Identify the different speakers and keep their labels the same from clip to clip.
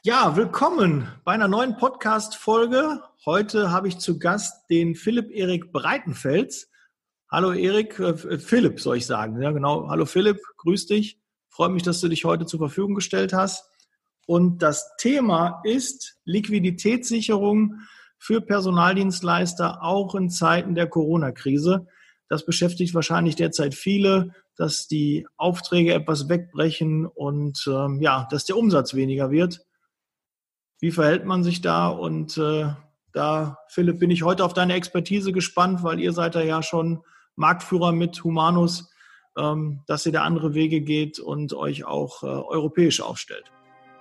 Speaker 1: Ja, willkommen bei einer neuen Podcast-Folge. Heute habe ich zu Gast den Philipp Erik Breitenfels. Hallo Erik, Philipp soll ich sagen. Ja, genau. Hallo Philipp, grüß dich. Freue mich, dass du dich heute zur Verfügung gestellt hast. Und das Thema ist Liquiditätssicherung für Personaldienstleister, auch in Zeiten der Corona-Krise. Das beschäftigt wahrscheinlich derzeit viele, dass die Aufträge etwas wegbrechen und dass der Umsatz weniger wird. Wie verhält man sich da? Und da, Philipp, bin ich heute auf deine Expertise gespannt, weil ihr seid ja schon Marktführer mit Humanus, dass ihr da andere Wege geht und euch auch europäisch aufstellt.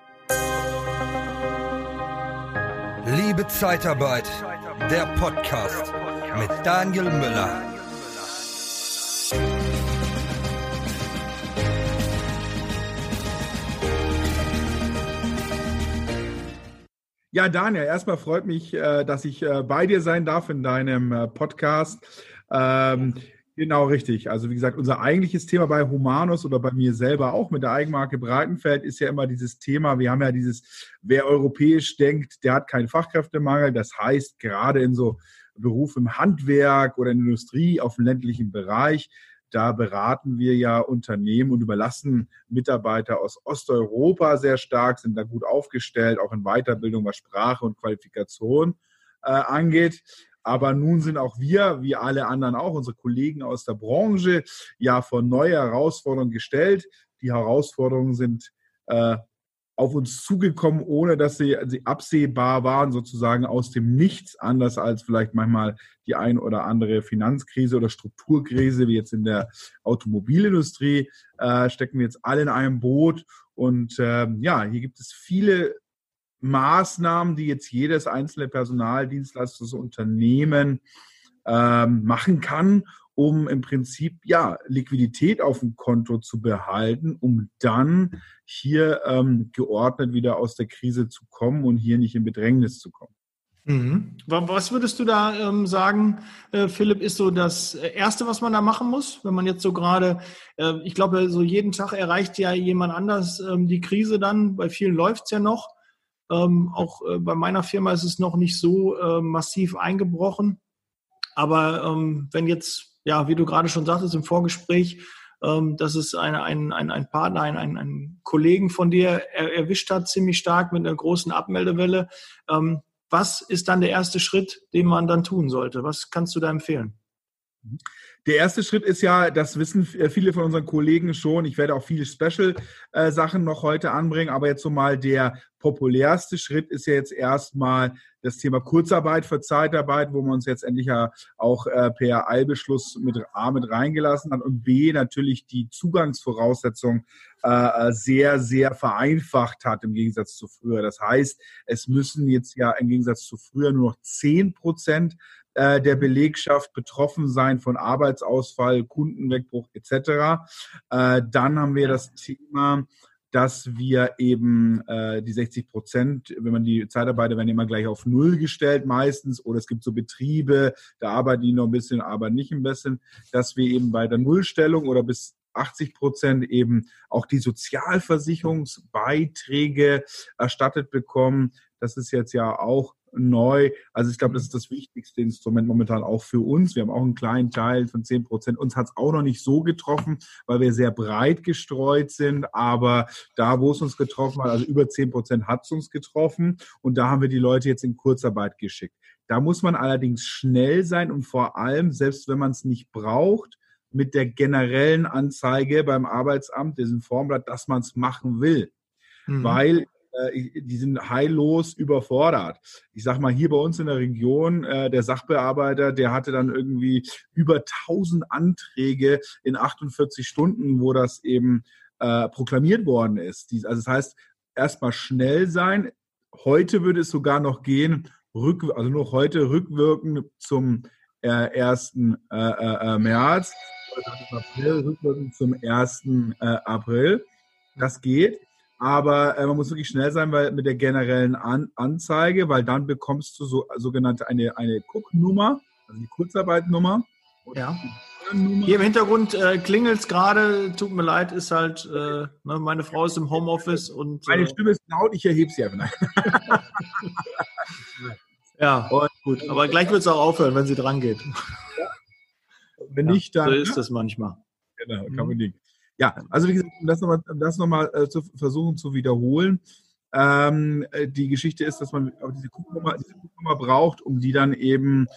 Speaker 2: Liebe Zeitarbeit, der Podcast mit Daniel Müller.
Speaker 3: Ja, Daniel, erstmal freut mich, dass ich bei dir sein darf in deinem Podcast. Genau richtig. Also wie gesagt, unser eigentliches Thema bei Humanus oder bei mir selber auch mit der Eigenmarke Breitenfeld ist ja immer dieses Thema, wir haben ja dieses, wer europäisch denkt, der hat keinen Fachkräftemangel. Das heißt, gerade in so Berufen im Handwerk oder in der Industrie auf dem ländlichen Bereich, da beraten wir ja Unternehmen und überlassen Mitarbeiter aus Osteuropa sehr stark, sind da gut aufgestellt, auch in Weiterbildung, was Sprache und Qualifikation angeht. Aber nun sind auch wir, wie alle anderen auch, unsere Kollegen aus der Branche, ja vor neue Herausforderungen gestellt. Die Herausforderungen sind auf uns zugekommen, ohne dass sie absehbar waren, sozusagen aus dem Nichts, anders als vielleicht manchmal die ein oder andere Finanzkrise oder Strukturkrise, wie jetzt in der Automobilindustrie, stecken wir jetzt alle in einem Boot. Und hier gibt es viele Maßnahmen, die jetzt jedes einzelne Personaldienstleistungsunternehmen machen kann, um im Prinzip Liquidität auf dem Konto zu behalten, um dann hier geordnet wieder aus der Krise zu kommen und hier nicht in Bedrängnis zu kommen.
Speaker 1: Mhm. Was würdest du da sagen, Philipp, ist so das Erste, was man da machen muss, wenn man jetzt so gerade, ich glaube, so jeden Tag erreicht ja jemand anders die Krise dann, bei vielen läuft es ja noch. Auch bei meiner Firma ist es noch nicht so massiv eingebrochen. Aber wenn jetzt, wie du gerade schon sagtest im Vorgespräch, dass es ein Partner, einen Kollegen von dir erwischt hat, ziemlich stark mit einer großen Abmeldewelle, was ist dann der erste Schritt, den man dann tun sollte? Was kannst du da empfehlen?
Speaker 3: Der erste Schritt ist ja, das wissen viele von unseren Kollegen schon, ich werde auch viele Special-Sachen noch heute anbringen, aber jetzt so mal der populärste Schritt ist ja jetzt erstmal das Thema Kurzarbeit für Zeitarbeit, wo man uns jetzt endlich ja auch per Eilbeschluss mit reingelassen hat und B natürlich die Zugangsvoraussetzungen sehr, sehr vereinfacht hat im Gegensatz zu früher. Das heißt, es müssen jetzt ja im Gegensatz zu früher nur noch 10% der Belegschaft betroffen sein von Arbeitsausfall, Kundenwegbruch etc. Dann haben wir das Thema, dass wir eben die 60%, wenn man die Zeitarbeiter werden immer gleich auf Null gestellt meistens, oder es gibt so Betriebe, da arbeiten die noch ein bisschen, aber nicht ein bisschen, dass wir eben bei der Nullstellung oder bis 80% eben auch die Sozialversicherungsbeiträge erstattet bekommen. Das ist jetzt ja auch neu. Also ich glaube, das ist das wichtigste Instrument momentan auch für uns. Wir haben auch einen kleinen Teil von 10%. Uns hat es auch noch nicht so getroffen, weil wir sehr breit gestreut sind. Aber da, wo es uns getroffen hat, also über 10% hat es uns getroffen. Und da haben wir die Leute jetzt in Kurzarbeit geschickt. Da muss man allerdings schnell sein und vor allem, selbst wenn man es nicht braucht, mit der generellen Anzeige beim Arbeitsamt, diesem Formblatt, dass man es machen will. Weil die sind heillos überfordert. Ich sag mal, hier bei uns in der Region, der Sachbearbeiter, der hatte dann irgendwie über 1000 Anträge in 48 Stunden, wo das eben proklamiert worden ist. Also das heißt, erstmal schnell sein. Heute würde es sogar noch gehen, also noch heute rückwirkend zum 1. März, April, rückwirkend zum 1. April. Das geht. Aber man muss wirklich schnell sein, weil mit der generellen Anzeige, weil dann bekommst du sogenannte eine Cook-Nummer, also die Kurzarbeitnummer.
Speaker 1: Ja. Hier im Hintergrund klingelt es gerade, tut mir leid, ist halt, meine Frau ist im Homeoffice und...
Speaker 3: Meine Stimme ist laut, ich erhebe sie einfach.
Speaker 1: Ja, gut, aber gleich wird es auch aufhören, wenn sie dran geht.
Speaker 3: Wenn nicht, dann...
Speaker 1: So ist das manchmal.
Speaker 3: Genau, kann man nicht. Ja, also wie gesagt, um das nochmal zu versuchen zu wiederholen, die Geschichte ist, dass man diese Kundennummer braucht, um dann eben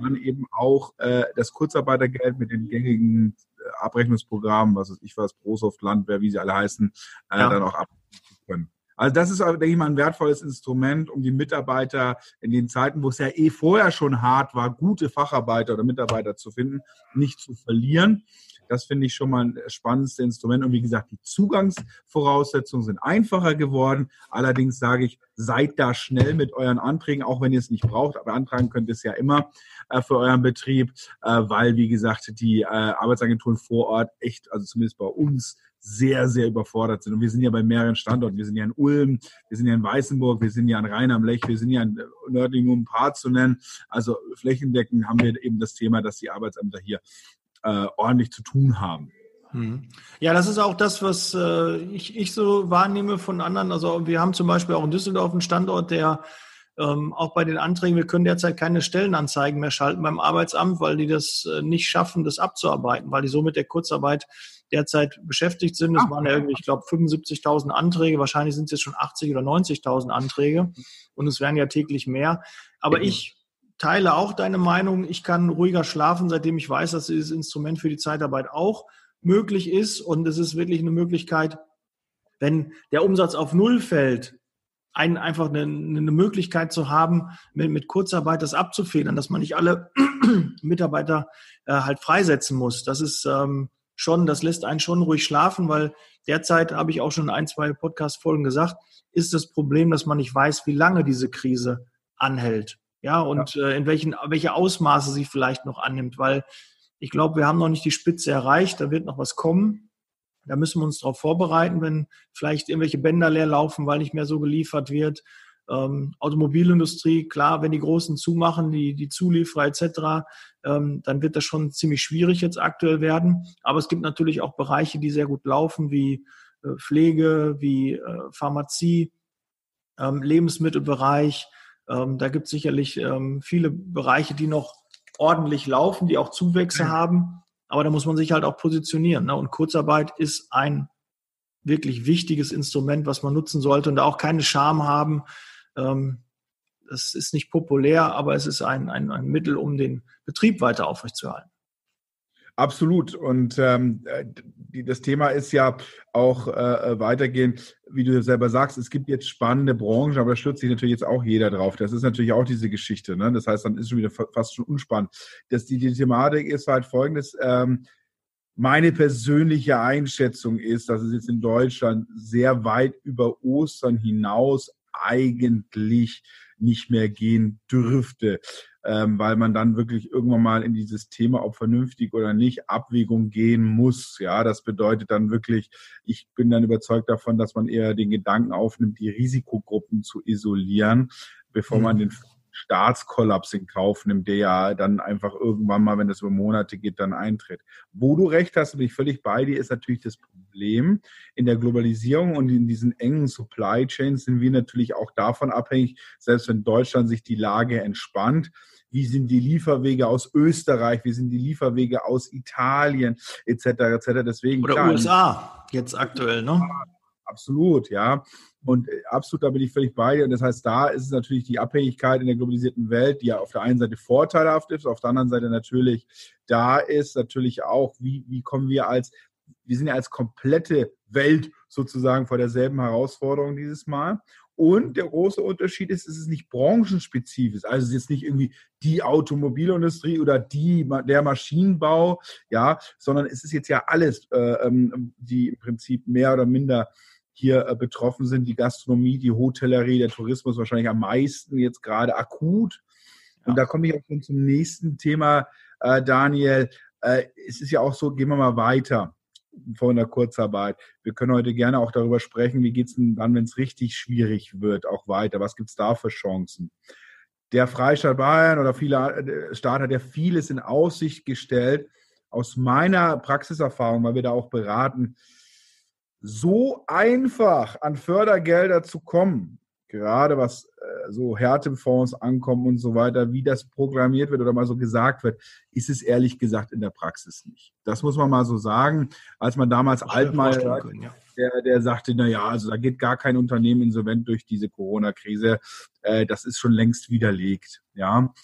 Speaker 3: auch das Kurzarbeitergeld mit den gängigen Abrechnungsprogrammen, was weiß ich was, ProSoft, Landwehr, wie sie alle heißen, dann auch abrechnen zu können. Also das ist, denke ich mal, ein wertvolles Instrument, um die Mitarbeiter in den Zeiten, wo es ja vorher schon hart war, gute Facharbeiter oder Mitarbeiter zu finden, nicht zu verlieren. Das finde ich schon mal ein spannendes Instrument. Und wie gesagt, die Zugangsvoraussetzungen sind einfacher geworden. Allerdings sage ich, seid da schnell mit euren Anträgen, auch wenn ihr es nicht braucht. Aber antragen könnt ihr es ja immer für euren Betrieb, weil, wie gesagt, die Arbeitsagenturen vor Ort echt, also zumindest bei uns, sehr, sehr überfordert sind. Und wir sind ja bei mehreren Standorten. Wir sind ja in Ulm, wir sind ja in Weißenburg, wir sind ja in Rhein am Lech, wir sind ja in Nördlingen, um ein paar zu nennen. Also flächendeckend haben wir eben das Thema, dass die Arbeitsämter hier ordentlich zu tun haben.
Speaker 1: Ja, das ist auch das, was ich so wahrnehme von anderen. Also wir haben zum Beispiel auch in Düsseldorf einen Standort, der auch bei den Anträgen, wir können derzeit keine Stellenanzeigen mehr schalten beim Arbeitsamt, weil die das nicht schaffen, das abzuarbeiten, weil die so mit der Kurzarbeit derzeit beschäftigt sind. Es waren ja irgendwie, ich glaube, 75.000 Anträge. Wahrscheinlich sind es jetzt schon 80.000 oder 90.000 Anträge. Und es werden ja täglich mehr. Aber ich teile auch deine Meinung. Ich kann ruhiger schlafen, seitdem ich weiß, dass dieses Instrument für die Zeitarbeit auch möglich ist. Und es ist wirklich eine Möglichkeit, wenn der Umsatz auf Null fällt, einfach eine Möglichkeit zu haben, mit Kurzarbeit das abzufedern, dass man nicht alle Mitarbeiter halt freisetzen muss. Das ist das lässt einen schon ruhig schlafen, weil derzeit, habe ich auch schon in 1-2 Podcast-Folgen gesagt, ist das Problem, dass man nicht weiß, wie lange diese Krise anhält. Ja, und in welche Ausmaße sie vielleicht noch annimmt, weil ich glaube, wir haben noch nicht die Spitze erreicht, da wird noch was kommen. Da müssen wir uns darauf vorbereiten, wenn vielleicht irgendwelche Bänder leer laufen, weil nicht mehr so geliefert wird. Automobilindustrie, klar, wenn die Großen zumachen, die Zulieferer etc., dann wird das schon ziemlich schwierig jetzt aktuell werden. Aber es gibt natürlich auch Bereiche, die sehr gut laufen, wie Pflege, wie Pharmazie, Lebensmittelbereich. Da gibt es sicherlich viele Bereiche, die noch ordentlich laufen, die auch Zuwächse haben. Aber da muss man sich halt auch positionieren. Ne? Und Kurzarbeit ist ein wirklich wichtiges Instrument, was man nutzen sollte und da auch keine Scham haben. Das ist nicht populär, aber es ist ein Mittel, um den Betrieb weiter aufrechtzuerhalten.
Speaker 3: Absolut. Und das Thema ist ja auch weitergehend, wie du selber sagst, es gibt jetzt spannende Branchen, aber da stürzt sich natürlich jetzt auch jeder drauf. Das ist natürlich auch diese Geschichte. Ne? Das heißt, dann ist schon wieder fast schon unspannend. Die Thematik ist halt folgendes. Meine persönliche Einschätzung ist, dass es jetzt in Deutschland sehr weit über Ostern hinaus eigentlich nicht mehr gehen dürfte, weil man dann wirklich irgendwann mal in dieses Thema, ob vernünftig oder nicht, Abwägung gehen muss. Ja, das bedeutet dann wirklich, ich bin dann überzeugt davon, dass man eher den Gedanken aufnimmt, die Risikogruppen zu isolieren, bevor man den Staatskollaps in Kauf nimmt, der ja dann einfach irgendwann mal, wenn das über Monate geht, dann eintritt. Wo du recht hast, bin ich völlig bei dir, ist natürlich das Problem. In der Globalisierung und in diesen engen Supply Chains sind wir natürlich auch davon abhängig, selbst wenn Deutschland sich die Lage entspannt, wie sind die Lieferwege aus Österreich, wie sind die Lieferwege aus Italien, etc., etc. Deswegen,
Speaker 1: oder klar, USA jetzt aktuell, ne?
Speaker 3: Absolut, ja. Und absolut, da bin ich völlig bei dir. Und das heißt, da ist es natürlich die Abhängigkeit in der globalisierten Welt, die ja auf der einen Seite vorteilhaft ist, auf der anderen Seite natürlich da ist, natürlich auch, wie kommen wir sind ja als komplette Welt sozusagen vor derselben Herausforderung dieses Mal. Und der große Unterschied ist, es ist nicht branchenspezifisch. Also es ist jetzt nicht irgendwie die Automobilindustrie oder der Maschinenbau, ja, sondern es ist jetzt ja alles, die im Prinzip mehr oder minder hier betroffen sind. Die Gastronomie, die Hotellerie, der Tourismus wahrscheinlich am meisten jetzt gerade akut. Und da komme ich auch schon zum nächsten Thema, Daniel. Es ist ja auch so, gehen wir mal weiter von der Kurzarbeit. Wir können heute gerne auch darüber sprechen, wie geht es denn dann, wenn es richtig schwierig wird, auch weiter? Was gibt es da für Chancen? Der Freistaat Bayern oder viele Staaten hat ja vieles in Aussicht gestellt, aus meiner Praxiserfahrung, weil wir da auch beraten, so einfach an Fördergelder zu kommen, gerade was so Härtefonds ankommen und so weiter, wie das programmiert wird oder mal so gesagt wird, ist es ehrlich gesagt in der Praxis nicht. Das muss man mal so sagen. Als man damals Altmaier, der sagte, naja, also da geht gar kein Unternehmen insolvent durch diese Corona-Krise, das ist schon längst widerlegt. Ja,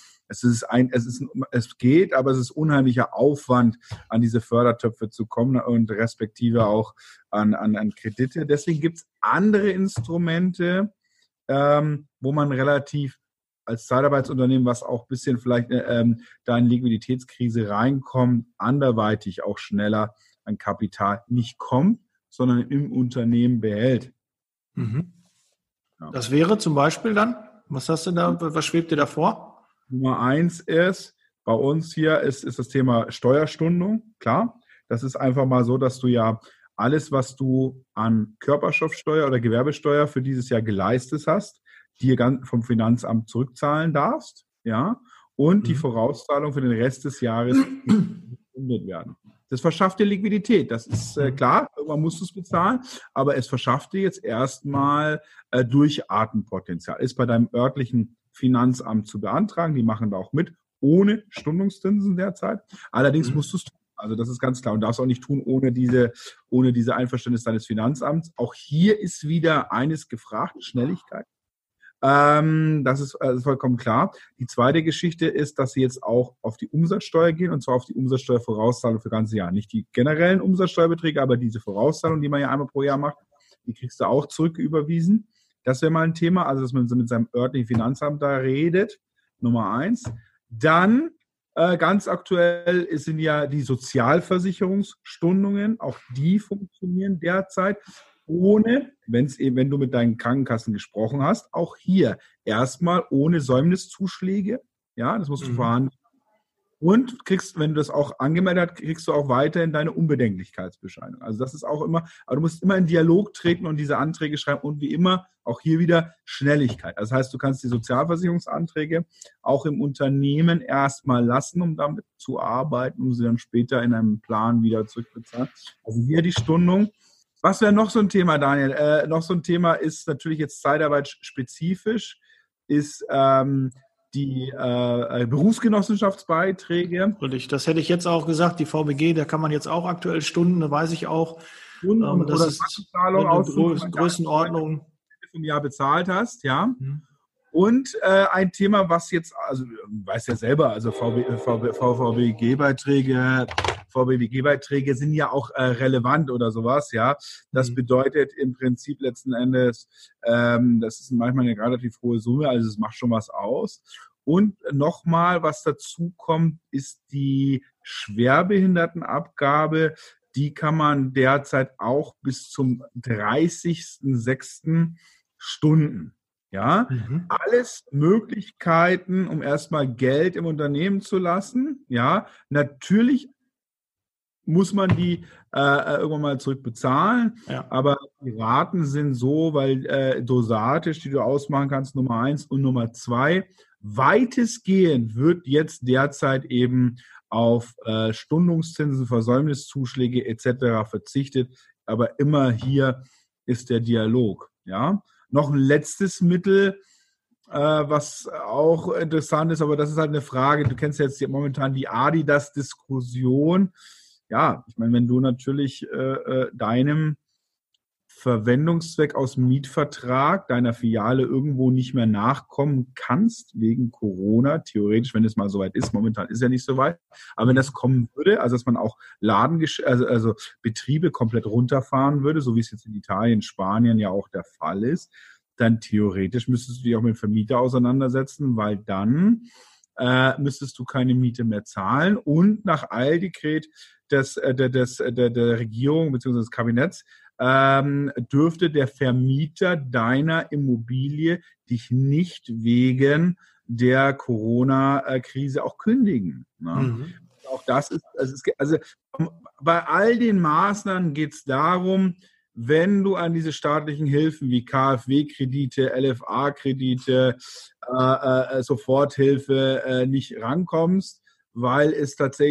Speaker 3: es geht, aber es ist unheimlicher Aufwand, an diese Fördertöpfe zu kommen und respektive auch an Kredite. Deswegen gibt es andere Instrumente, wo man relativ als Zeitarbeitsunternehmen, was auch ein bisschen vielleicht da in Liquiditätskrise reinkommt, anderweitig auch schneller an Kapital nicht kommt, sondern im Unternehmen behält.
Speaker 1: Mhm. Ja. Das wäre zum Beispiel dann, was hast du da, was schwebt dir da vor?
Speaker 3: Nummer 1 ist, bei uns hier ist das Thema Steuerstundung, klar. Das ist einfach mal so, dass du ja alles, was du an Körperschaftsteuer oder Gewerbesteuer für dieses Jahr geleistet hast, dir vom Finanzamt zurückzahlen darfst, ja, und die Vorauszahlung für den Rest des Jahres gefundet werden. Das verschafft dir Liquidität, das ist klar, irgendwann musst du es bezahlen, aber es verschafft dir jetzt erstmal Durchatmenpotenzial. Ist bei deinem örtlichen Finanzamt zu beantragen, die machen da auch mit, ohne Stundungszinsen derzeit. Allerdings musst du es tun. Also das ist ganz klar und darfst auch nicht tun ohne diese Einverständnis deines Finanzamts. Auch hier ist wieder eines gefragt, Schnelligkeit. Das ist vollkommen klar. Die zweite Geschichte ist, dass sie jetzt auch auf die Umsatzsteuer gehen und zwar auf die Umsatzsteuervorauszahlung für das ganze Jahr. Nicht die generellen Umsatzsteuerbeträge, aber diese Vorauszahlung, die man ja einmal pro Jahr macht, die kriegst du auch zurücküberwiesen. Das wäre mal ein Thema, also dass man mit seinem örtlichen Finanzamt da redet. Nummer 1. Dann ganz aktuell sind ja die Sozialversicherungsstundungen, auch die funktionieren derzeit ohne, wenn du mit deinen Krankenkassen gesprochen hast, auch hier erstmal ohne Säumniszuschläge, ja, das musst du verhandeln. Und kriegst, wenn du das auch angemeldet hast, kriegst du auch weiterhin deine Unbedenklichkeitsbescheinigung. Also das ist auch immer, aber du musst immer in Dialog treten und diese Anträge schreiben und wie immer auch hier wieder Schnelligkeit. Das heißt, du kannst die Sozialversicherungsanträge auch im Unternehmen erstmal lassen, um damit zu arbeiten, um sie dann später in einem Plan wieder zurückbezahlen. Also hier die Stundung. Was wäre noch so ein Thema, Daniel? Noch so ein Thema ist natürlich jetzt Zeitarbeit spezifisch, ist die Berufsgenossenschaftsbeiträge.
Speaker 1: Das hätte ich jetzt auch gesagt, die VBG, da kann man jetzt auch aktuell Stunden, da weiß ich auch. Das ist eine Größenordnung.
Speaker 3: Im Jahr bezahlt hast, ja. Und ein Thema, was jetzt, also du weißt ja selber, also VBG-Beiträge sind ja auch relevant oder sowas, ja. Das bedeutet im Prinzip letzten Endes, das ist manchmal eine relativ hohe Summe, also es macht schon was aus. Und nochmal, was dazu kommt, ist die Schwerbehindertenabgabe. Die kann man derzeit auch bis zum 30.06. Stunden. Ja, alles Möglichkeiten, um erstmal Geld im Unternehmen zu lassen. Ja, natürlich muss man die irgendwann mal zurückbezahlen, aber die Raten sind so, weil dosatisch, die du ausmachen kannst, Nummer 1 und Nummer 2, weitestgehend wird jetzt derzeit eben auf Stundungszinsen, Versäumniszuschläge etc. verzichtet, aber immer hier ist der Dialog. Ja, noch ein letztes Mittel, was auch interessant ist, aber das ist halt eine Frage. Du kennst jetzt momentan die Adidas-Diskussion. Ja, ich meine, wenn du natürlich deinem Verwendungszweck aus dem Mietvertrag deiner Filiale irgendwo nicht mehr nachkommen kannst, wegen Corona, theoretisch, wenn es mal soweit ist, momentan ist ja nicht so weit, aber wenn das kommen würde, also dass man auch also Betriebe komplett runterfahren würde, so wie es jetzt in Italien, Spanien ja auch der Fall ist, dann theoretisch müsstest du dich auch mit dem Vermieter auseinandersetzen, weil dann müsstest du keine Miete mehr zahlen und nach Eildekret der Regierung bzw. des Kabinetts dürfte der Vermieter deiner Immobilie dich nicht wegen der Corona-Krise auch kündigen. Ne? Auch das ist, also bei all den Maßnahmen geht es darum, wenn du an diese staatlichen Hilfen wie KfW-Kredite, LFA-Kredite, Soforthilfe nicht rankommst, weil es tatsächlich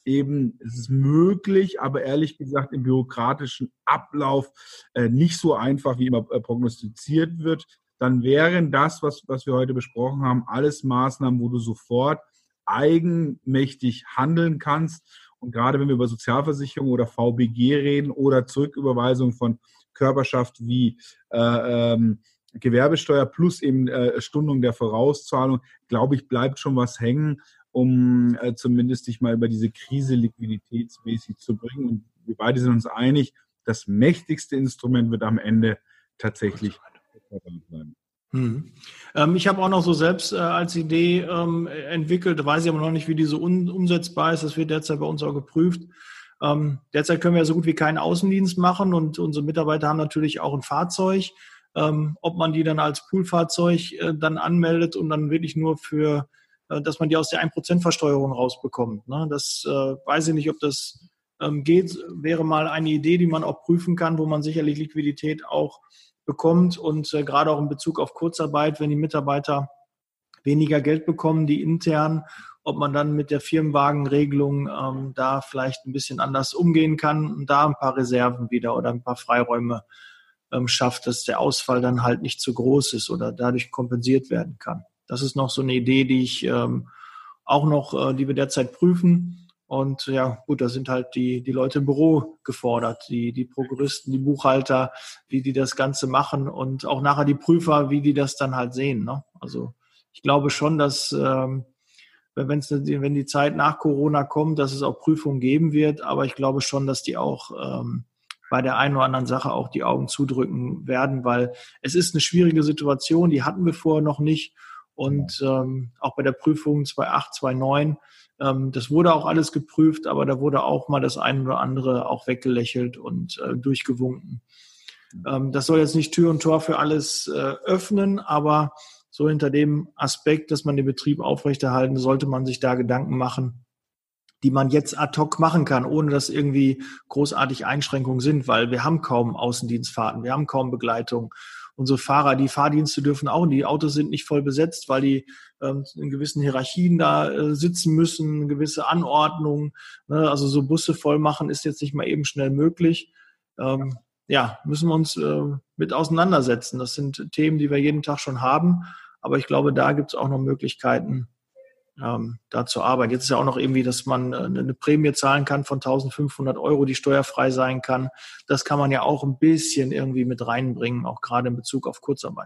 Speaker 3: eben, es ist möglich, aber ehrlich gesagt im bürokratischen Ablauf nicht so einfach, wie immer prognostiziert wird, dann wären das, was wir heute besprochen haben, alles Maßnahmen, wo du sofort eigenmächtig handeln kannst. Und gerade wenn wir über Sozialversicherung oder VBG reden oder Zurücküberweisung von Körperschaft wie Gewerbesteuer plus eben Stundung der Vorauszahlung, glaube ich, bleibt schon was hängen, um zumindest dich mal über diese Krise liquiditätsmäßig zu bringen. Und wir beide sind uns einig, das mächtigste Instrument wird am Ende tatsächlich bleiben.
Speaker 1: Ich habe auch noch so selbst als Idee entwickelt, weiß ich aber noch nicht, wie die so umsetzbar ist. Das wird derzeit bei uns auch geprüft. Derzeit können wir ja so gut wie keinen Außendienst machen und unsere Mitarbeiter haben natürlich auch ein Fahrzeug. Ob man die dann als Poolfahrzeug dann anmeldet und dann wirklich nur für, dass man die aus der 1% Versteuerung rausbekommt. Ne? Das weiß ich nicht, ob das geht. Wäre mal eine Idee, die man auch prüfen kann, wo man sicherlich Liquidität auch bekommt und gerade auch in Bezug auf Kurzarbeit, wenn die Mitarbeiter weniger Geld bekommen, die intern, ob man dann mit der Firmenwagenregelung da vielleicht ein bisschen anders umgehen kann und da ein paar Reserven wieder oder ein paar Freiräume schafft, dass der Ausfall dann halt nicht zu groß ist oder dadurch kompensiert werden kann. Das ist noch so eine Idee, die ich auch noch, die wir derzeit prüfen. Und ja, gut, da sind halt die Leute im Büro gefordert, die Prokuristen, die Buchhalter, wie die das Ganze machen und auch nachher die Prüfer, wie die das dann halt sehen. Ne? Also ich glaube schon, dass wenn die Zeit nach Corona kommt, dass es auch Prüfungen geben wird, aber ich glaube schon, dass die auch bei der einen oder anderen Sache auch die Augen zudrücken werden, weil es ist eine schwierige Situation, die hatten wir vorher noch nicht. Und auch bei der Prüfung 2.8, 2.9, das wurde auch alles geprüft, aber da wurde auch mal das eine oder andere auch weggelächelt und durchgewunken. Das soll jetzt nicht Tür und Tor für alles öffnen, aber so hinter dem Aspekt, dass man den Betrieb aufrechterhalten, sollte man sich da Gedanken machen, die man jetzt ad hoc machen kann, ohne dass irgendwie großartig Einschränkungen sind, weil wir haben kaum Außendienstfahrten, wir haben kaum Begleitung. Unsere Fahrer, die Fahrdienste dürfen auch, die Autos sind nicht voll besetzt, weil die in gewissen Hierarchien da sitzen müssen, eine gewisse Anordnung. Ne? Also so Busse voll machen ist jetzt nicht mal eben schnell möglich. Müssen wir uns mit auseinandersetzen. Das sind Themen, die wir jeden Tag schon haben. Aber ich glaube, da gibt es auch noch Möglichkeiten, da zu arbeiten. Jetzt ist ja auch noch irgendwie, dass man eine Prämie zahlen kann von 1.500 €, die steuerfrei sein kann. Das kann man ja auch ein bisschen irgendwie mit reinbringen, auch gerade in Bezug auf Kurzarbeit.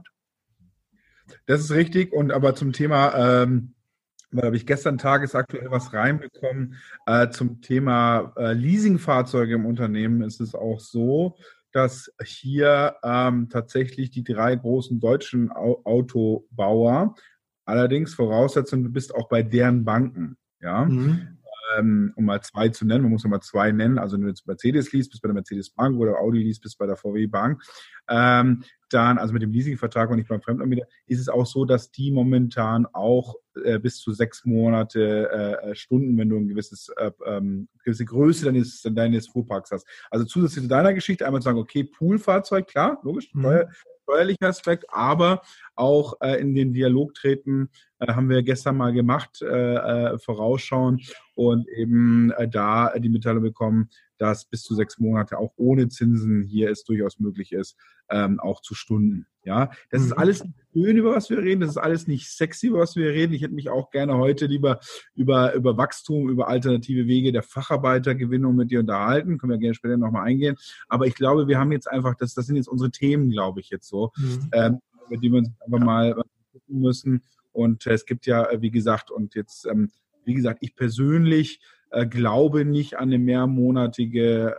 Speaker 3: Das ist richtig. Und aber zum Thema, da habe ich gestern tagesaktuell was reinbekommen, zum Thema Leasingfahrzeuge im Unternehmen ist es auch so, dass hier tatsächlich die 3 großen deutschen Autobauer, allerdings Voraussetzung, du bist auch bei deren Banken, ja. Um mal 2 zu nennen, man muss mal 2 nennen, also wenn du jetzt Mercedes liest, bist bei der Mercedes Bank oder Audi liest, bist bei der VW Bank, dann, also mit dem Leasingvertrag und nicht beim Fremdanbieter, ist es auch so, dass die momentan auch bis zu 6 Monate Stunden, wenn du eine gewisse Größe deines Fuhrparks hast. Also zusätzlich zu deiner Geschichte einmal zu sagen, okay, Poolfahrzeug, klar, logisch, steuerlicher Aspekt, aber auch in den Dialog treten, haben wir gestern mal gemacht, vorausschauen und eben da die Mitteilung bekommen, dass bis zu 6 Monate auch ohne Zinsen hier es durchaus möglich ist, auch zu stunden. Ja, das ist alles nicht schön, über was wir reden, das ist alles nicht sexy, über was wir reden. Ich hätte mich auch gerne heute lieber über Wachstum, über alternative Wege der Facharbeitergewinnung mit dir unterhalten, können wir gerne später nochmal eingehen. Aber ich glaube, wir haben jetzt einfach, das sind jetzt unsere Themen, glaube ich, jetzt so, über die wir uns einfach mal gucken müssen. Und es gibt ja, wie gesagt, ich persönlich glaube nicht an eine mehrmonatige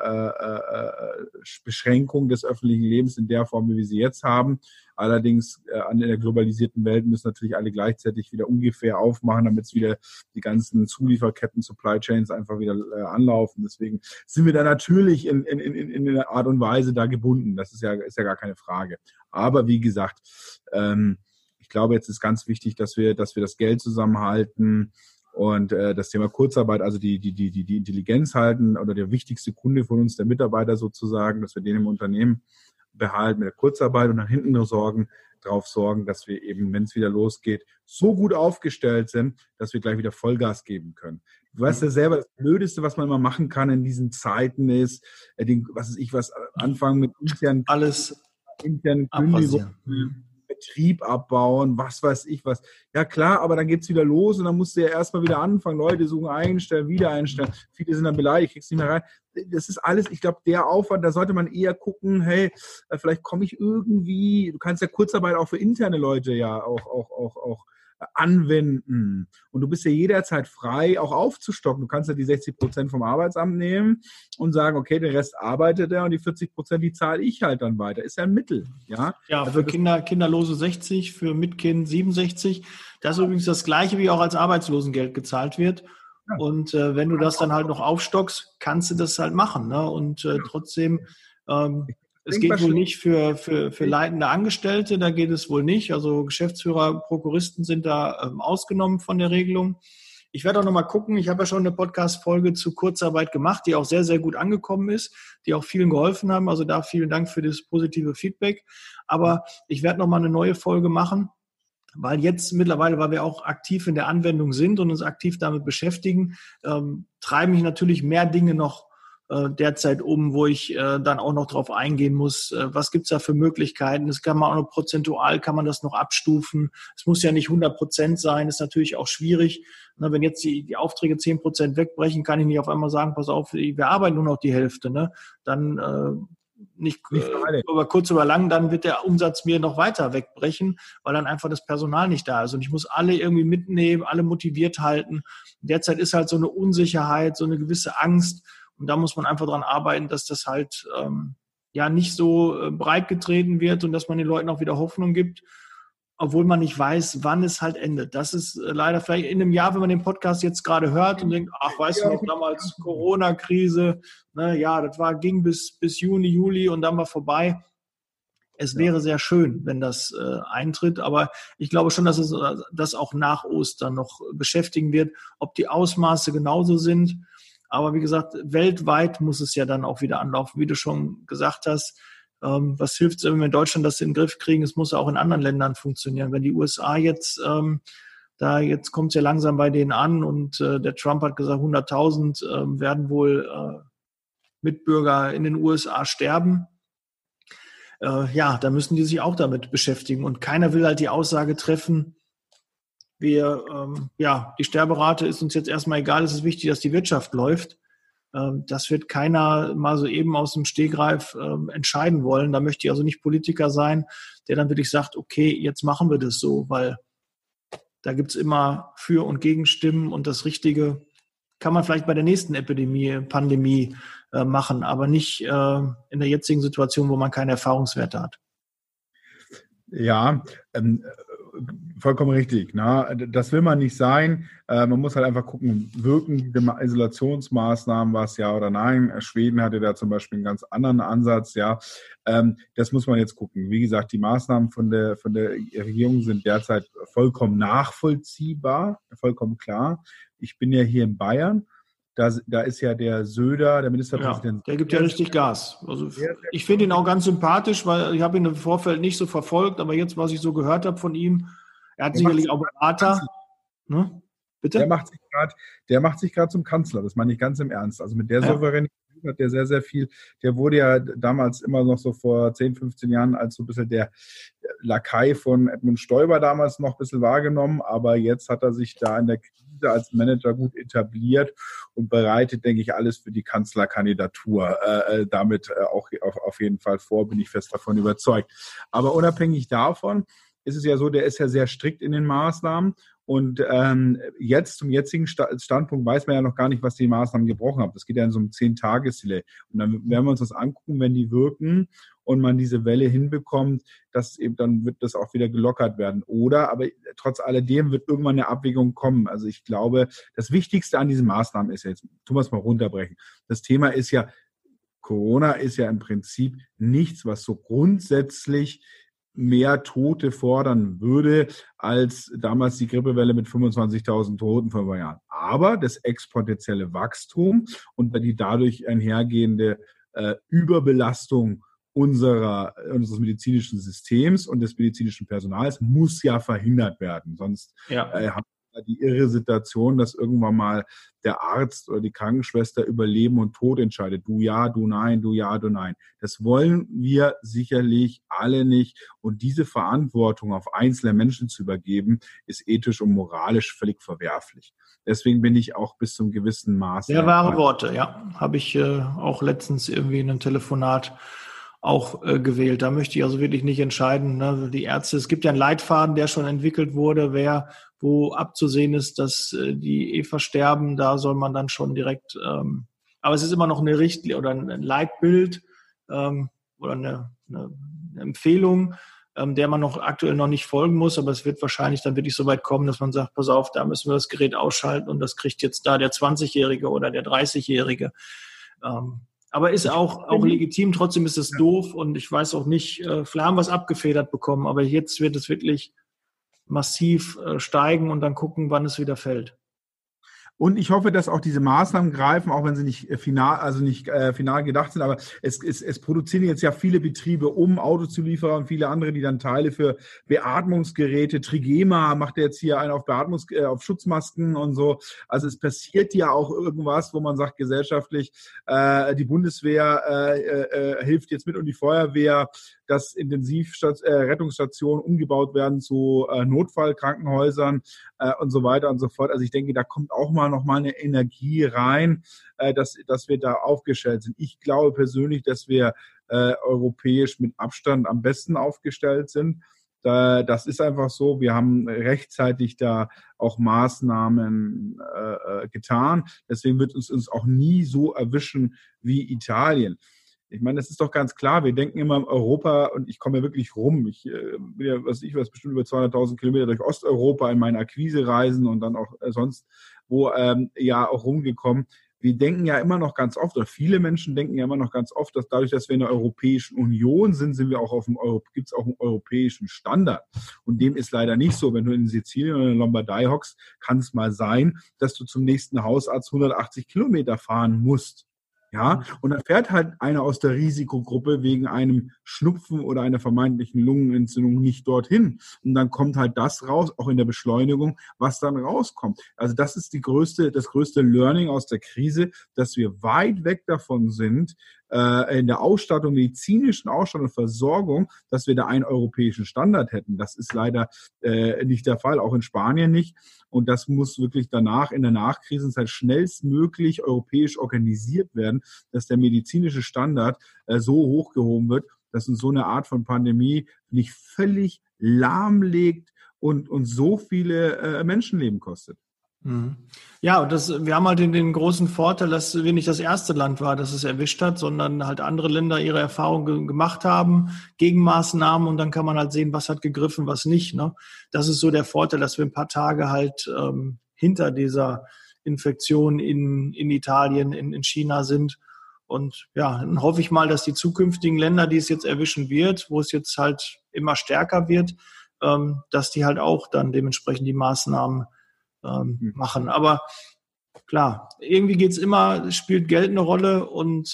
Speaker 3: Beschränkung des öffentlichen Lebens in der Form, wie wir sie jetzt haben. Allerdings in der globalisierten Welt müssen natürlich alle gleichzeitig wieder ungefähr aufmachen, damit es wieder die ganzen Zulieferketten, Supply Chains einfach wieder anlaufen. Deswegen sind wir da natürlich in einer Art und Weise da gebunden. Das ist ja gar keine Frage. Aber wie gesagt, ich glaube, jetzt ist ganz wichtig, dass wir das Geld zusammenhalten und das Thema Kurzarbeit, also die Intelligenz halten oder der wichtigste Kunde von uns, der Mitarbeiter sozusagen, dass wir den im Unternehmen behalten mit der Kurzarbeit und dann hinten nur sorgen, darauf sorgen, dass wir eben, wenn es wieder losgeht, so gut aufgestellt sind, dass wir gleich wieder Vollgas geben können. Du weißt ja selber, das Blödeste, was man immer machen kann in diesen Zeiten ist, anfangen mit internen Kündigungen, Betrieb abbauen, was weiß ich was. Ja klar, aber dann geht's wieder los und dann musst du ja erstmal wieder anfangen, Leute suchen, einstellen, wieder einstellen. Viele sind dann beleidigt, kriegst nicht mehr rein. Das ist alles, ich glaube, der Aufwand, da sollte man eher gucken, hey, vielleicht komme ich irgendwie, du kannst ja Kurzarbeit auch für interne Leute ja auch anwenden. Und du bist ja jederzeit frei, auch aufzustocken. Du kannst ja die 60% vom Arbeitsamt nehmen und sagen, okay, den Rest arbeitet er und die 40%, die zahle ich halt dann weiter. Ist ja ein Mittel. Ja,
Speaker 1: also für Kinderlose 60, für Mitkind 67. Das ist übrigens das Gleiche, wie auch als Arbeitslosengeld gezahlt wird. Ja. Und wenn du das dann halt noch aufstockst, kannst du das halt machen. Ne? Und trotzdem... es geht wohl nicht für leitende Angestellte, da geht es wohl nicht. Also Geschäftsführer, Prokuristen sind da ausgenommen von der Regelung. Ich werde auch nochmal gucken, ich habe ja schon eine Podcast-Folge zu Kurzarbeit gemacht, die auch sehr, sehr gut angekommen ist, die auch vielen geholfen haben. Also da vielen Dank für das positive Feedback. Aber ich werde nochmal eine neue Folge machen, weil jetzt mittlerweile, weil wir auch aktiv in der Anwendung sind und uns aktiv damit beschäftigen, treiben mich natürlich mehr Dinge noch derzeit wo ich dann auch noch drauf eingehen muss, was gibt's da für Möglichkeiten. Das kann man auch noch prozentual, kann man das noch abstufen. Es muss ja nicht 100% sein, ist natürlich auch schwierig. Na, wenn jetzt die Aufträge 10% wegbrechen, kann ich nicht auf einmal sagen, pass auf, wir arbeiten nur noch die Hälfte. Ne? Dann nicht über kurz oder lang, dann wird der Umsatz mir noch weiter wegbrechen, weil dann einfach das Personal nicht da ist. Und ich muss alle irgendwie mitnehmen, alle motiviert halten. Derzeit ist halt so eine Unsicherheit, so eine gewisse Angst. Und da muss man einfach dran arbeiten, dass das halt nicht so breit getreten wird und dass man den Leuten auch wieder Hoffnung gibt, obwohl man nicht weiß, wann es halt endet. Das ist leider vielleicht in einem Jahr, wenn man den Podcast jetzt gerade hört und denkt, ach, weißt du noch, damals Corona-Krise, ne, ja, das ging bis Juni, Juli und dann war vorbei. Es wäre sehr schön, wenn das eintritt, aber ich glaube schon, dass es das auch nach Ostern noch beschäftigen wird, ob die Ausmaße genauso sind. Aber wie gesagt, weltweit muss es ja dann auch wieder anlaufen, wie du schon gesagt hast. Was hilft es, wenn wir in Deutschland das in den Griff kriegen? Es muss ja auch in anderen Ländern funktionieren. Wenn die USA jetzt, jetzt kommt es ja langsam bei denen an und der Trump hat gesagt, 100.000 werden wohl Mitbürger in den USA sterben. Da müssen die sich auch damit beschäftigen. Und keiner will halt die Aussage treffen, die Sterberate ist uns jetzt erstmal egal, es ist wichtig, dass die Wirtschaft läuft. Das wird keiner mal so eben aus dem Stegreif entscheiden wollen. Da möchte ich also nicht Politiker sein, der dann wirklich sagt, okay, jetzt machen wir das so, weil da gibt's immer Für- und Gegenstimmen und das Richtige kann man vielleicht bei der nächsten Pandemie machen, aber nicht in der jetzigen Situation, wo man keine Erfahrungswerte hat.
Speaker 3: Ja, vollkommen richtig. Na, das will man nicht sein. Man muss halt einfach gucken, wirken diese Isolationsmaßnahmen was, ja oder nein. Schweden hatte da zum Beispiel einen ganz anderen Ansatz, ja. Das muss man jetzt gucken. Wie gesagt, die Maßnahmen von der Regierung sind derzeit vollkommen nachvollziehbar, vollkommen klar. Ich bin ja hier in Bayern. Da ist ja der Söder, der Ministerpräsident.
Speaker 1: Ja, der gibt ja richtig Gas. Also ich finde ihn auch ganz sympathisch, weil ich habe ihn im Vorfeld nicht so verfolgt, aber jetzt, was ich so gehört habe von ihm, er hat sicherlich auch Berater. Ne? Bitte?
Speaker 3: Der macht sich gerade zum Kanzler, das meine ich ganz im Ernst. Also mit der Souveränität hat der sehr, sehr viel. Der wurde ja damals immer noch so vor 10, 15 Jahren als so ein bisschen der Lakai von Edmund Stoiber damals noch ein bisschen wahrgenommen, aber jetzt hat er sich da in der Krise als Manager gut etabliert und bereitet, denke ich, alles für die Kanzlerkandidatur damit auch auf jeden Fall vor, bin ich fest davon überzeugt. Aber unabhängig davon ist es ja so, der ist ja sehr strikt in den Maßnahmen und jetzt zum jetzigen Standpunkt weiß man ja noch gar nicht, was die Maßnahmen gebrochen haben. Das geht ja in so einem 10-Tages-Delay. Und dann werden wir uns das angucken, wenn die wirken und man diese Welle hinbekommt, dass eben dann wird das auch wieder gelockert werden. Aber trotz alledem wird irgendwann eine Abwägung kommen. Also ich glaube, das Wichtigste an diesen Maßnahmen ist jetzt, tun wir es mal runterbrechen. Das Thema ist ja, Corona ist ja im Prinzip nichts, was so grundsätzlich mehr Tote fordern würde als damals die Grippewelle mit 25.000 Toten vor ein paar Jahren. Aber das exponentielle Wachstum und die dadurch einhergehende Überbelastung unseres medizinischen Systems und des medizinischen Personals muss ja verhindert werden. Sonst haben wir die irre Situation, dass irgendwann mal der Arzt oder die Krankenschwester über Leben und Tod entscheidet. Du ja, du nein, du ja, du nein. Das wollen wir sicherlich alle nicht. Und diese Verantwortung auf einzelne Menschen zu übergeben, ist ethisch und moralisch völlig verwerflich. Deswegen bin ich auch bis zum gewissen Maß.
Speaker 1: Sehr wahre Worte, ja. Habe ich auch letztens irgendwie in einem Telefonat auch gewählt. Da möchte ich also wirklich nicht entscheiden. Ne? Die Ärzte, es gibt ja einen Leitfaden, der schon entwickelt wurde, wo abzusehen ist, dass die versterben, da soll man dann schon direkt, aber es ist immer noch eine Richtlinie oder ein Leitbild oder eine Empfehlung, der man noch aktuell noch nicht folgen muss, aber es wird wahrscheinlich dann wirklich so weit kommen, dass man sagt, pass auf, da müssen wir das Gerät ausschalten und das kriegt jetzt da der 20-Jährige oder der 30-Jährige. Aber ist auch legitim, trotzdem ist es doof und ich weiß auch nicht, vielleicht haben wir es abgefedert bekommen, aber jetzt wird es wirklich massiv steigen und dann gucken, wann es wieder fällt.
Speaker 3: Und ich hoffe, dass auch diese Maßnahmen greifen, auch wenn sie nicht final gedacht sind. Aber es produzieren jetzt ja viele Betriebe Autozulieferer und viele andere, die dann Teile für Beatmungsgeräte, Trigema macht jetzt hier einen auf Schutzmasken und so. Also es passiert ja auch irgendwas, wo man sagt, gesellschaftlich, die Bundeswehr hilft jetzt mit und die Feuerwehr, dass Rettungsstationen umgebaut werden zu Notfallkrankenhäusern und so weiter und so fort. Also ich denke, da kommt auch noch mal eine Energie rein, dass wir da aufgestellt sind. Ich glaube persönlich, dass wir europäisch mit Abstand am besten aufgestellt sind. Das ist einfach so. Wir haben rechtzeitig da auch Maßnahmen getan. Deswegen wird uns auch nie so erwischen wie Italien. Ich meine, das ist doch ganz klar. Wir denken immer in Europa, und ich komme ja wirklich rum. Ich bin ja, bestimmt über 200.000 Kilometer durch Osteuropa in meinen Akquise-Reisen und dann auch sonst wo auch rumgekommen. Wir denken ja immer noch ganz oft, oder viele Menschen denken ja immer noch ganz oft, dass dadurch, dass wir in der Europäischen Union sind wir auch gibt es auch einen europäischen Standard. Und dem ist leider nicht so. Wenn du in Sizilien oder in Lombardei hockst, kann es mal sein, dass du zum nächsten Hausarzt 180 Kilometer fahren musst. Ja, und dann fährt halt einer aus der Risikogruppe wegen einem Schnupfen oder einer vermeintlichen Lungenentzündung nicht dorthin. Und dann kommt halt das raus, auch in der Beschleunigung, was dann rauskommt. Also das ist das größte Learning aus der Krise, dass wir weit weg davon sind, in der Ausstattung, medizinischen Ausstattung und Versorgung, dass wir da einen europäischen Standard hätten. Das ist leider nicht der Fall, auch in Spanien nicht. Und das muss wirklich danach in der Nachkrisenzeit schnellstmöglich europäisch organisiert werden, dass der medizinische Standard so hochgehoben wird, dass uns so eine Art von Pandemie nicht völlig lahmlegt und so viele Menschenleben kostet.
Speaker 1: Ja, und wir haben halt den großen Vorteil, dass wir nicht das erste Land war, das es erwischt hat, sondern halt andere Länder ihre Erfahrungen gemacht haben, Gegenmaßnahmen, und dann kann man halt sehen, was hat gegriffen, was nicht. Ne? Das ist so der Vorteil, dass wir ein paar Tage halt hinter dieser Infektion in Italien, in China sind. Und ja, dann hoffe ich mal, dass die zukünftigen Länder, die es jetzt erwischen wird, wo es jetzt halt immer stärker wird, dass die halt auch dann dementsprechend die Maßnahmen machen. Aber klar, irgendwie geht's immer, spielt Geld eine Rolle und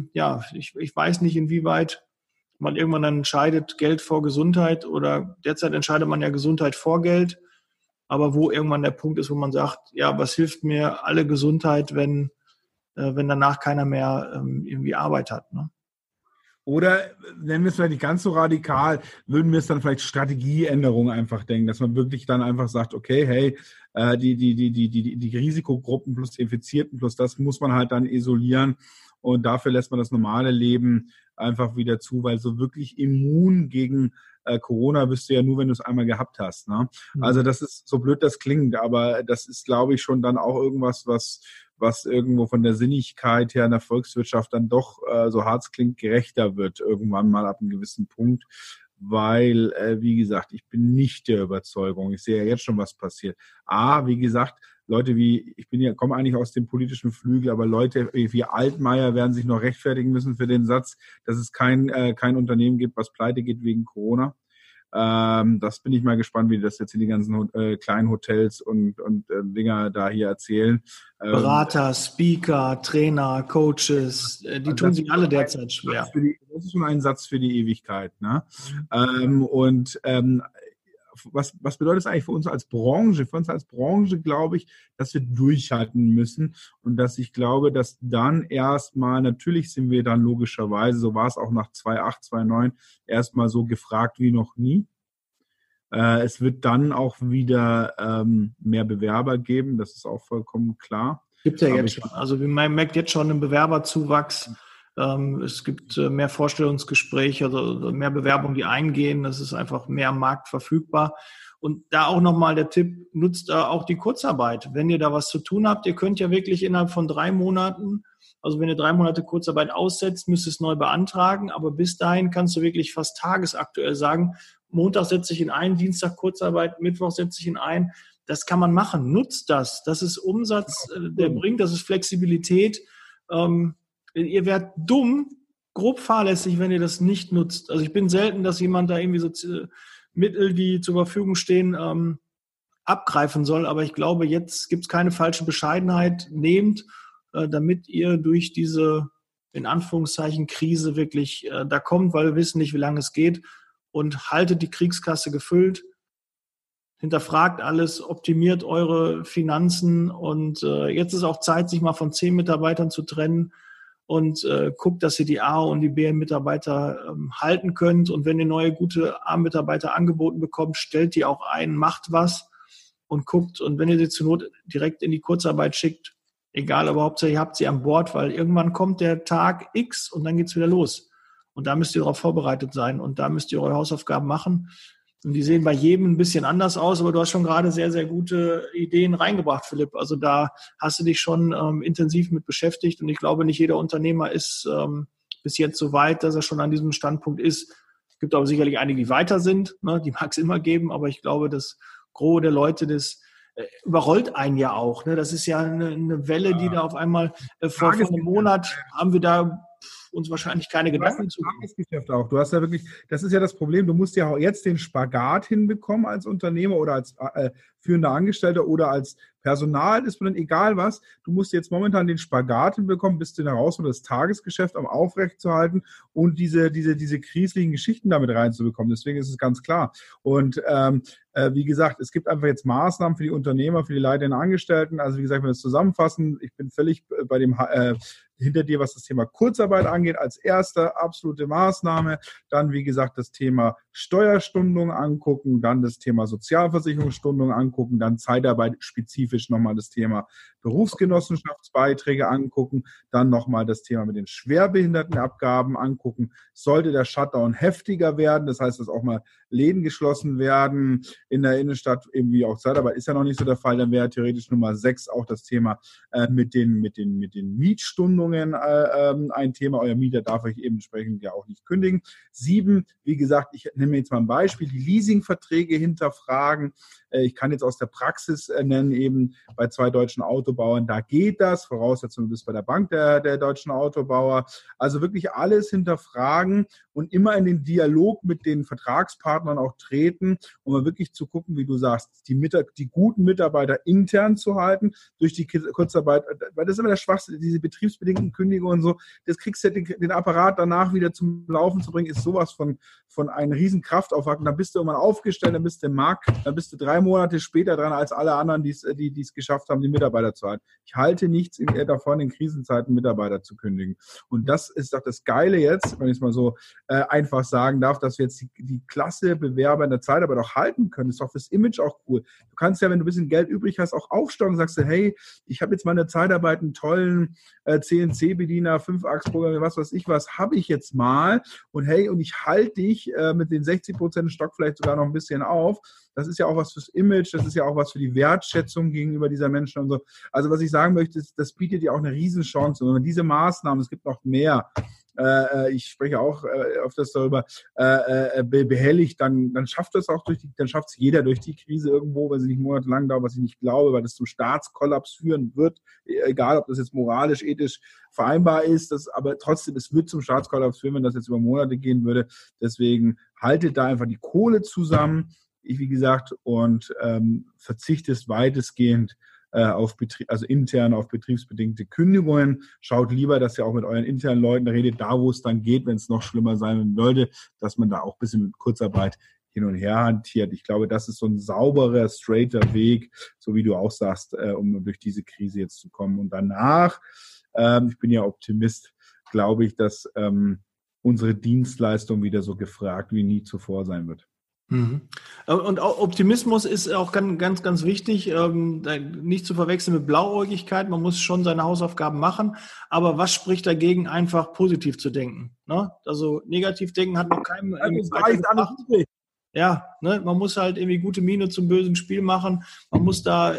Speaker 1: ich weiß nicht, inwieweit man irgendwann dann entscheidet, Geld vor Gesundheit, oder derzeit entscheidet man ja Gesundheit vor Geld, aber wo irgendwann der Punkt ist, wo man sagt, ja, was hilft mir alle Gesundheit, wenn danach keiner mehr irgendwie Arbeit hat, ne?
Speaker 3: Oder, nennen wir es vielleicht nicht ganz so radikal, würden wir es dann vielleicht Strategieänderungen einfach denken, dass man wirklich dann einfach sagt, okay, hey, die Risikogruppen plus die Infizierten plus das muss man halt dann isolieren und dafür lässt man das normale Leben einfach wieder zu, weil so wirklich immun gegen Corona bist du ja nur, wenn du es einmal gehabt hast. Ne? Also das ist, so blöd das klingt, aber das ist, glaube ich, schon dann auch irgendwas, was irgendwo von der Sinnigkeit her in der Volkswirtschaft dann doch, so hart es klingt, gerechter wird irgendwann mal ab einem gewissen Punkt, weil, wie gesagt, ich bin nicht der Überzeugung, ich sehe ja jetzt schon, was passiert. Wie gesagt, Leute komme eigentlich aus dem politischen Flügel, aber Leute wie Altmaier werden sich noch rechtfertigen müssen für den Satz, dass es kein Unternehmen gibt, was pleite geht wegen Corona. Das bin ich mal gespannt, wie das jetzt hier die ganzen kleinen Hotels und Dinger da hier erzählen.
Speaker 1: Berater, Speaker, Trainer, Coaches, die tun sich alle derzeit schwer.
Speaker 3: Das ist schon ein Satz für die Ewigkeit. Ne? Was bedeutet das eigentlich für uns als Branche? Für uns als Branche glaube ich, dass wir durchhalten müssen und dass ich glaube, dass dann erstmal, natürlich sind wir dann logischerweise, so war es auch nach 2008, 2009, erstmal so gefragt wie noch nie. Es wird dann auch wieder mehr Bewerber geben, das ist auch vollkommen klar.
Speaker 1: Gibt ja jetzt schon. Also man merkt jetzt schon einen Bewerberzuwachs. Es gibt mehr Vorstellungsgespräche, also mehr Bewerbungen, die eingehen. Das ist einfach mehr am Markt verfügbar. Und da auch nochmal der Tipp, nutzt auch die Kurzarbeit. Wenn ihr da was zu tun habt, ihr könnt ja wirklich innerhalb von 3 Monaten, also wenn ihr 3 Monate Kurzarbeit aussetzt, müsst ihr es neu beantragen. Aber bis dahin kannst du wirklich fast tagesaktuell sagen, Montag setze ich ihn ein, Dienstag Kurzarbeit, Mittwoch setze ich ihn ein. Das kann man machen. Nutzt das. Das ist Umsatz, der bringt, das ist Flexibilität. Ihr werdet dumm, grob fahrlässig, wenn ihr das nicht nutzt. Also ich bin selten, dass jemand da irgendwie so Mittel, die zur Verfügung stehen, abgreifen soll. Aber ich glaube, jetzt gibt es keine falsche Bescheidenheit. Nehmt, damit ihr durch diese, in Anführungszeichen, Krise wirklich da kommt, weil wir wissen nicht, wie lange es geht. Und haltet die Kriegskasse gefüllt. Hinterfragt alles, optimiert eure Finanzen. Und jetzt ist auch Zeit, sich mal von 10 Mitarbeitern zu trennen. Und guckt, dass ihr die A- und die B-Mitarbeiter halten könnt. Und wenn ihr neue, gute A-Mitarbeiter angeboten bekommt, stellt die auch ein, macht was und guckt. Und wenn ihr sie zur Not direkt in die Kurzarbeit schickt, egal, aber Hauptsache ihr habt sie an Bord, weil irgendwann kommt der Tag X und dann geht's wieder los. Und da müsst ihr darauf vorbereitet sein und da müsst ihr eure Hausaufgaben machen. Und die sehen bei jedem ein bisschen anders aus, aber du hast schon gerade sehr, sehr gute Ideen reingebracht, Philipp. Also da hast du dich schon intensiv mit beschäftigt und ich glaube, nicht jeder Unternehmer ist bis jetzt so weit, dass er schon an diesem Standpunkt ist. Es gibt aber sicherlich einige, die weiter sind, ne? Die mag es immer geben, aber ich glaube, das Gros der Leute, das überrollt einen ja auch. Ne? Das ist ja eine Welle, die da auf einmal vor einem Monat haben wir da uns wahrscheinlich keine Gedanken zu machen.
Speaker 3: Tagesgeschäft auch. Du hast ja wirklich, das ist ja das Problem, du musst ja auch jetzt den Spagat hinbekommen als Unternehmer oder als führender Angestellter oder als Personal, ist mir dann egal was. Du musst jetzt momentan den Spagat hinbekommen, bis du in Herausforderung das Tagesgeschäft am Aufrechtzuerhalten und diese krisellichen Geschichten damit reinzubekommen. Deswegen ist es ganz klar. Und wie gesagt, es gibt einfach jetzt Maßnahmen für die Unternehmer, für die leitenden Angestellten. Also wie gesagt, wenn wir es zusammenfassen, ich bin völlig bei dem hinter dir, was das Thema Kurzarbeit angeht, als erste absolute Maßnahme. Dann, wie gesagt, das Thema Steuerstundung angucken, dann das Thema Sozialversicherungsstundung angucken, dann Zeitarbeit spezifisch nochmal das Thema Berufsgenossenschaftsbeiträge angucken, dann nochmal das Thema mit den Schwerbehindertenabgaben angucken. Sollte der Shutdown heftiger werden, das heißt, dass auch mal Läden geschlossen werden in der Innenstadt, irgendwie auch Zeitarbeit ist ja noch nicht so der Fall, dann wäre theoretisch Nummer 6 auch das Thema mit den Mietstundungen ein Thema. Euer Mieter darf euch eben entsprechend ja auch nicht kündigen. 7, wie gesagt, ich nehme jetzt mal ein Beispiel, die Leasingverträge hinterfragen. Ich kann jetzt aus der Praxis nennen, eben bei 2 deutschen Autobauern, da geht das, Voraussetzung, du bist bei der Bank der deutschen Autobauer. Also wirklich alles hinterfragen und immer in den Dialog mit den Vertragspartnern auch treten, um mal wirklich zu gucken, wie du sagst, die guten Mitarbeiter intern zu halten, durch die Kurzarbeit, weil das ist immer der Schwachsinn, diese betriebsbedingten Kündigungen und so, das kriegst du den Apparat danach wieder zum Laufen zu bringen, ist sowas von einem riesen Kraftaufwand. Dann bist du irgendwann aufgestellt, dann bist du im Markt, dann bist du 3 Monate später dran als alle anderen, die es geschafft haben, die Mitarbeiter zu halten. Ich halte nichts davon, in Krisenzeiten Mitarbeiter zu kündigen. Und das ist doch das Geile jetzt, wenn ich es mal so einfach sagen darf, dass wir jetzt die klasse Bewerber in der Zeitarbeit auch halten können. Das ist doch fürs Image auch cool. Du kannst ja, wenn du ein bisschen Geld übrig hast, auch aufstocken, sagst du, hey, ich habe jetzt mal in der Zeitarbeit einen tollen CNC-Bediener, 5-Achs-Programm, was weiß ich was, habe ich jetzt mal. Und hey, und ich halte dich mit den 60% Stock vielleicht sogar noch ein bisschen auf. Das ist ja auch was fürs Image, das ist ja auch was für die Wertschätzung gegenüber dieser Menschen und so. Also was ich sagen möchte, ist, das bietet ja auch eine Riesenchance. Und wenn diese Maßnahmen, es gibt noch mehr, ich spreche auch öfters darüber, behelligt, dann schafft es auch dann schafft es jeder durch die Krise irgendwo, wenn sie nicht monatelang dauert, was ich nicht glaube, weil das zum Staatskollaps führen wird, egal ob das jetzt moralisch, ethisch vereinbar ist, aber trotzdem, es wird zum Staatskollaps führen, wenn das jetzt über Monate gehen würde. Deswegen haltet da einfach die Kohle zusammen, wie gesagt, und verzichtet weitestgehend also intern auf betriebsbedingte Kündigungen. Schaut lieber, dass ihr auch mit euren internen Leuten redet, da wo es dann geht, wenn es noch schlimmer sein sollte, dass man da auch ein bisschen mit Kurzarbeit hin und her hantiert. Ich glaube, das ist so ein sauberer, straighter Weg, so wie du auch sagst, um durch diese Krise jetzt zu kommen. Und danach, ich bin ja Optimist, glaube ich, dass unsere Dienstleistung wieder so gefragt wie nie zuvor sein wird.
Speaker 1: Und Optimismus ist auch ganz, ganz wichtig, nicht zu verwechseln mit Blauäugigkeit. Man muss schon seine Hausaufgaben machen, aber was spricht dagegen, einfach positiv zu denken? Ne? Also negativ denken hat noch keinem weitergebracht. Ja, ne? Man muss halt irgendwie gute Miene zum bösen Spiel machen. Man muss da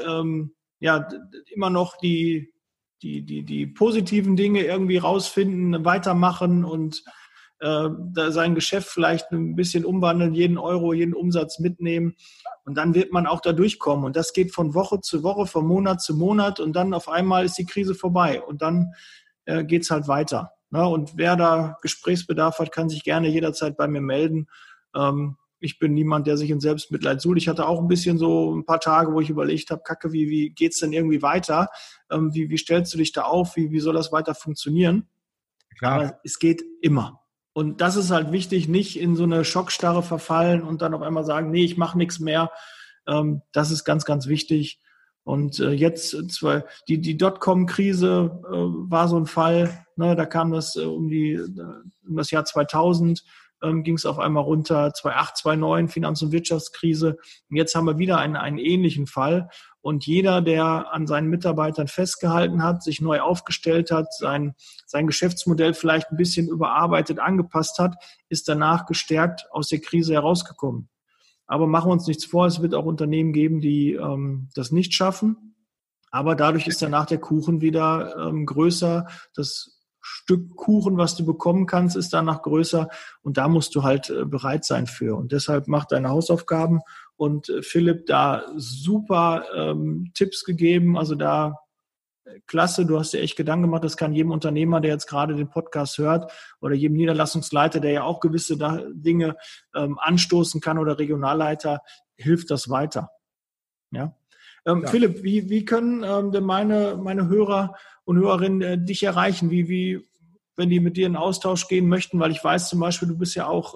Speaker 1: immer noch die positiven Dinge irgendwie rausfinden, weitermachen und da sein Geschäft vielleicht ein bisschen umwandeln, jeden Euro, jeden Umsatz mitnehmen und dann wird man auch da durchkommen und das geht von Woche zu Woche, von Monat zu Monat und dann auf einmal ist die Krise vorbei und dann geht's halt weiter. Ne? Und wer da Gesprächsbedarf hat, kann sich gerne jederzeit bei mir melden. Ich bin niemand, der sich in Selbstmitleid suhlt. Ich hatte auch ein bisschen so ein paar Tage, wo ich überlegt habe, Kacke, wie geht's denn irgendwie weiter? Wie stellst du dich da auf? Wie soll das weiter funktionieren? Klar. Aber es geht immer. Und das ist halt wichtig, nicht in so eine Schockstarre verfallen und dann auf einmal sagen, nee, ich mache nichts mehr. Das ist ganz, ganz wichtig. Und jetzt die Dotcom-Krise war so ein Fall. Ne, da kam das um das Jahr 2000, ging es auf einmal runter, 2008, 2009, Finanz- und Wirtschaftskrise. Und jetzt haben wir wieder einen ähnlichen Fall. Und jeder, der an seinen Mitarbeitern festgehalten hat, sich neu aufgestellt hat, sein Geschäftsmodell vielleicht ein bisschen überarbeitet, angepasst hat, ist danach gestärkt aus der Krise herausgekommen. Aber machen wir uns nichts vor, es wird auch Unternehmen geben, die das nicht schaffen. Aber dadurch ist danach der Kuchen wieder größer. Das Stück Kuchen, was du bekommen kannst, ist danach größer. Und da musst du halt bereit sein für. Und deshalb mach deine Hausaufgaben. Und Philipp da super Tipps gegeben. Also da klasse, du hast dir echt Gedanken gemacht. Das kann jedem Unternehmer, der jetzt gerade den Podcast hört oder jedem Niederlassungsleiter, der ja auch gewisse Dinge anstoßen kann oder Regionalleiter, hilft das weiter. Ja. Philipp, wie können denn meine Hörer und Hörerinnen dich erreichen? Wie, wenn die mit dir in Austausch gehen möchten? Weil ich weiß zum Beispiel, du bist ja auch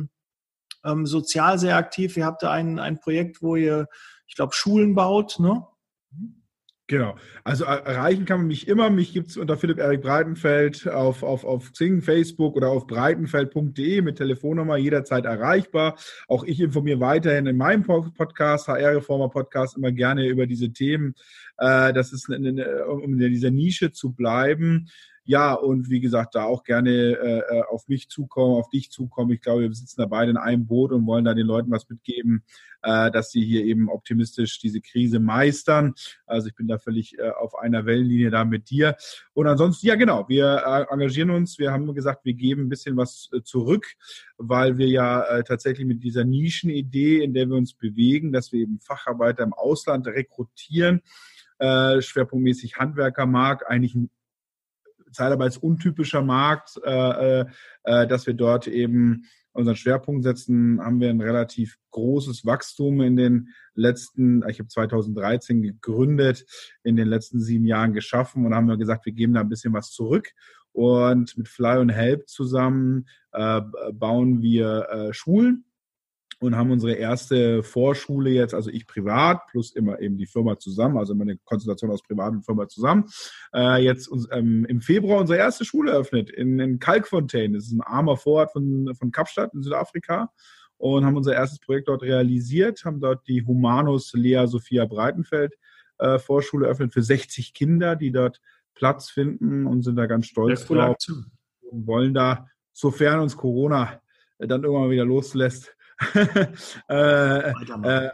Speaker 1: sozial sehr aktiv. Ihr habt da ein Projekt, wo ihr, ich glaube, Schulen baut, ne?
Speaker 3: Genau. Also erreichen kann man mich immer. Mich gibt es unter Philipp Erik Breitenfeld auf Xing, Facebook oder auf breitenfeld.de mit Telefonnummer jederzeit erreichbar. Auch ich informiere weiterhin in meinem Podcast, HR-Reformer-Podcast, immer gerne über diese Themen. Das ist, um in dieser Nische zu bleiben. Ja, und wie gesagt, da auch gerne auf mich zukommen, auf dich zukommen. Ich glaube, wir sitzen da beide in einem Boot und wollen da den Leuten was mitgeben, dass sie hier eben optimistisch diese Krise meistern. Also ich bin da völlig auf einer Wellenlinie da mit dir. Und ansonsten, ja genau, wir engagieren uns. Wir haben gesagt, wir geben ein bisschen was zurück, weil wir ja tatsächlich mit dieser Nischenidee, in der wir uns bewegen, dass wir eben Facharbeiter im Ausland rekrutieren, schwerpunktmäßig Handwerkermarkt, eigentlich ein zeitarbeitsuntypischer Markt, dass wir dort eben unseren Schwerpunkt setzen, haben wir ein relativ großes Wachstum in den letzten, ich habe 2013 gegründet, in den letzten 7 Jahren geschaffen und haben wir gesagt, wir geben da ein bisschen was zurück. Und mit Fly und Help zusammen bauen wir Schulen und haben unsere erste Vorschule jetzt, also ich privat, plus immer eben die Firma zusammen, also immer eine Konstellation aus Privat und Firma zusammen, jetzt im Februar unsere erste Schule eröffnet in Kalkfontein. Das ist ein armer Vorort von Kapstadt in Südafrika und haben unser erstes Projekt dort realisiert, haben dort die Humanus Lea Sophia Breitenfeld Vorschule eröffnet für 60 Kinder, die dort Platz finden und sind da ganz stolz drauf und wollen da, sofern uns Corona dann irgendwann wieder loslässt, da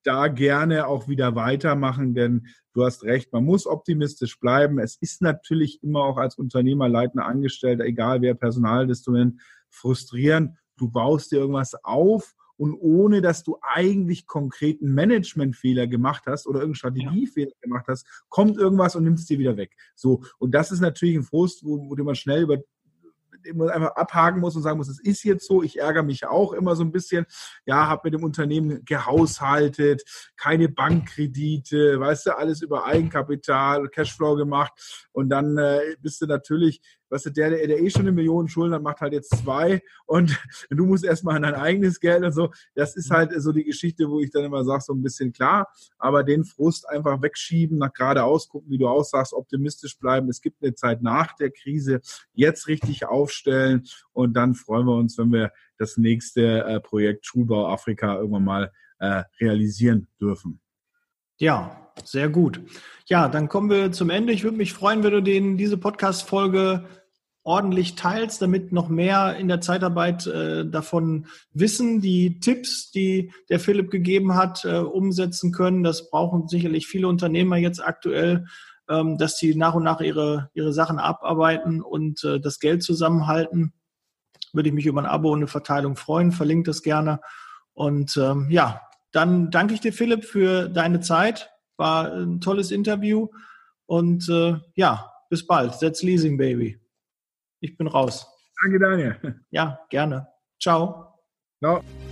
Speaker 3: da gerne auch wieder weitermachen, denn du hast recht, man muss optimistisch bleiben. Es ist natürlich immer auch als Unternehmer, leitender Angestellter, egal wer Personaldisponent, frustrierend. Du baust dir irgendwas auf und ohne, dass du eigentlich konkreten Managementfehler gemacht hast oder irgendeinen Strategiefehler gemacht hast, kommt irgendwas und nimmt es dir wieder weg. So, und das ist natürlich ein Frust, wo man schnell man einfach abhaken muss und sagen muss, es ist jetzt so, ich ärgere mich auch immer so ein bisschen, habe mit dem Unternehmen gehaushaltet, keine Bankkredite, weißt du, alles über Eigenkapital, Cashflow gemacht und dann bist du natürlich, weißt du, der schon 1 Million Schulden hat, macht halt jetzt 2 und du musst erstmal an dein eigenes Geld und so. Das ist halt so die Geschichte, wo ich dann immer sage, so ein bisschen klar, aber den Frust einfach wegschieben, nach geradeaus gucken, wie du aussagst, optimistisch bleiben. Es gibt eine Zeit nach der Krise, jetzt richtig aufstellen und dann freuen wir uns, wenn wir das nächste Projekt Schulbau Afrika irgendwann mal realisieren dürfen.
Speaker 1: Ja, sehr gut. Ja, dann kommen wir zum Ende. Ich würde mich freuen, wenn du diese Podcast-Folge ordentlich teilst, damit noch mehr in der Zeitarbeit davon wissen, die Tipps, die der Philipp gegeben hat, umsetzen können. Das brauchen sicherlich viele Unternehmer jetzt aktuell, dass sie nach und nach ihre Sachen abarbeiten und das Geld zusammenhalten. Würde ich mich über ein Abo und eine Verteilung freuen. Verlinkt das gerne. Und dann danke ich dir, Philipp, für deine Zeit. War ein tolles Interview. Und bis bald. That's Leasing, Baby. Ich bin raus.
Speaker 3: Danke, Daniel.
Speaker 1: Ja, gerne. Ciao.
Speaker 3: Ciao.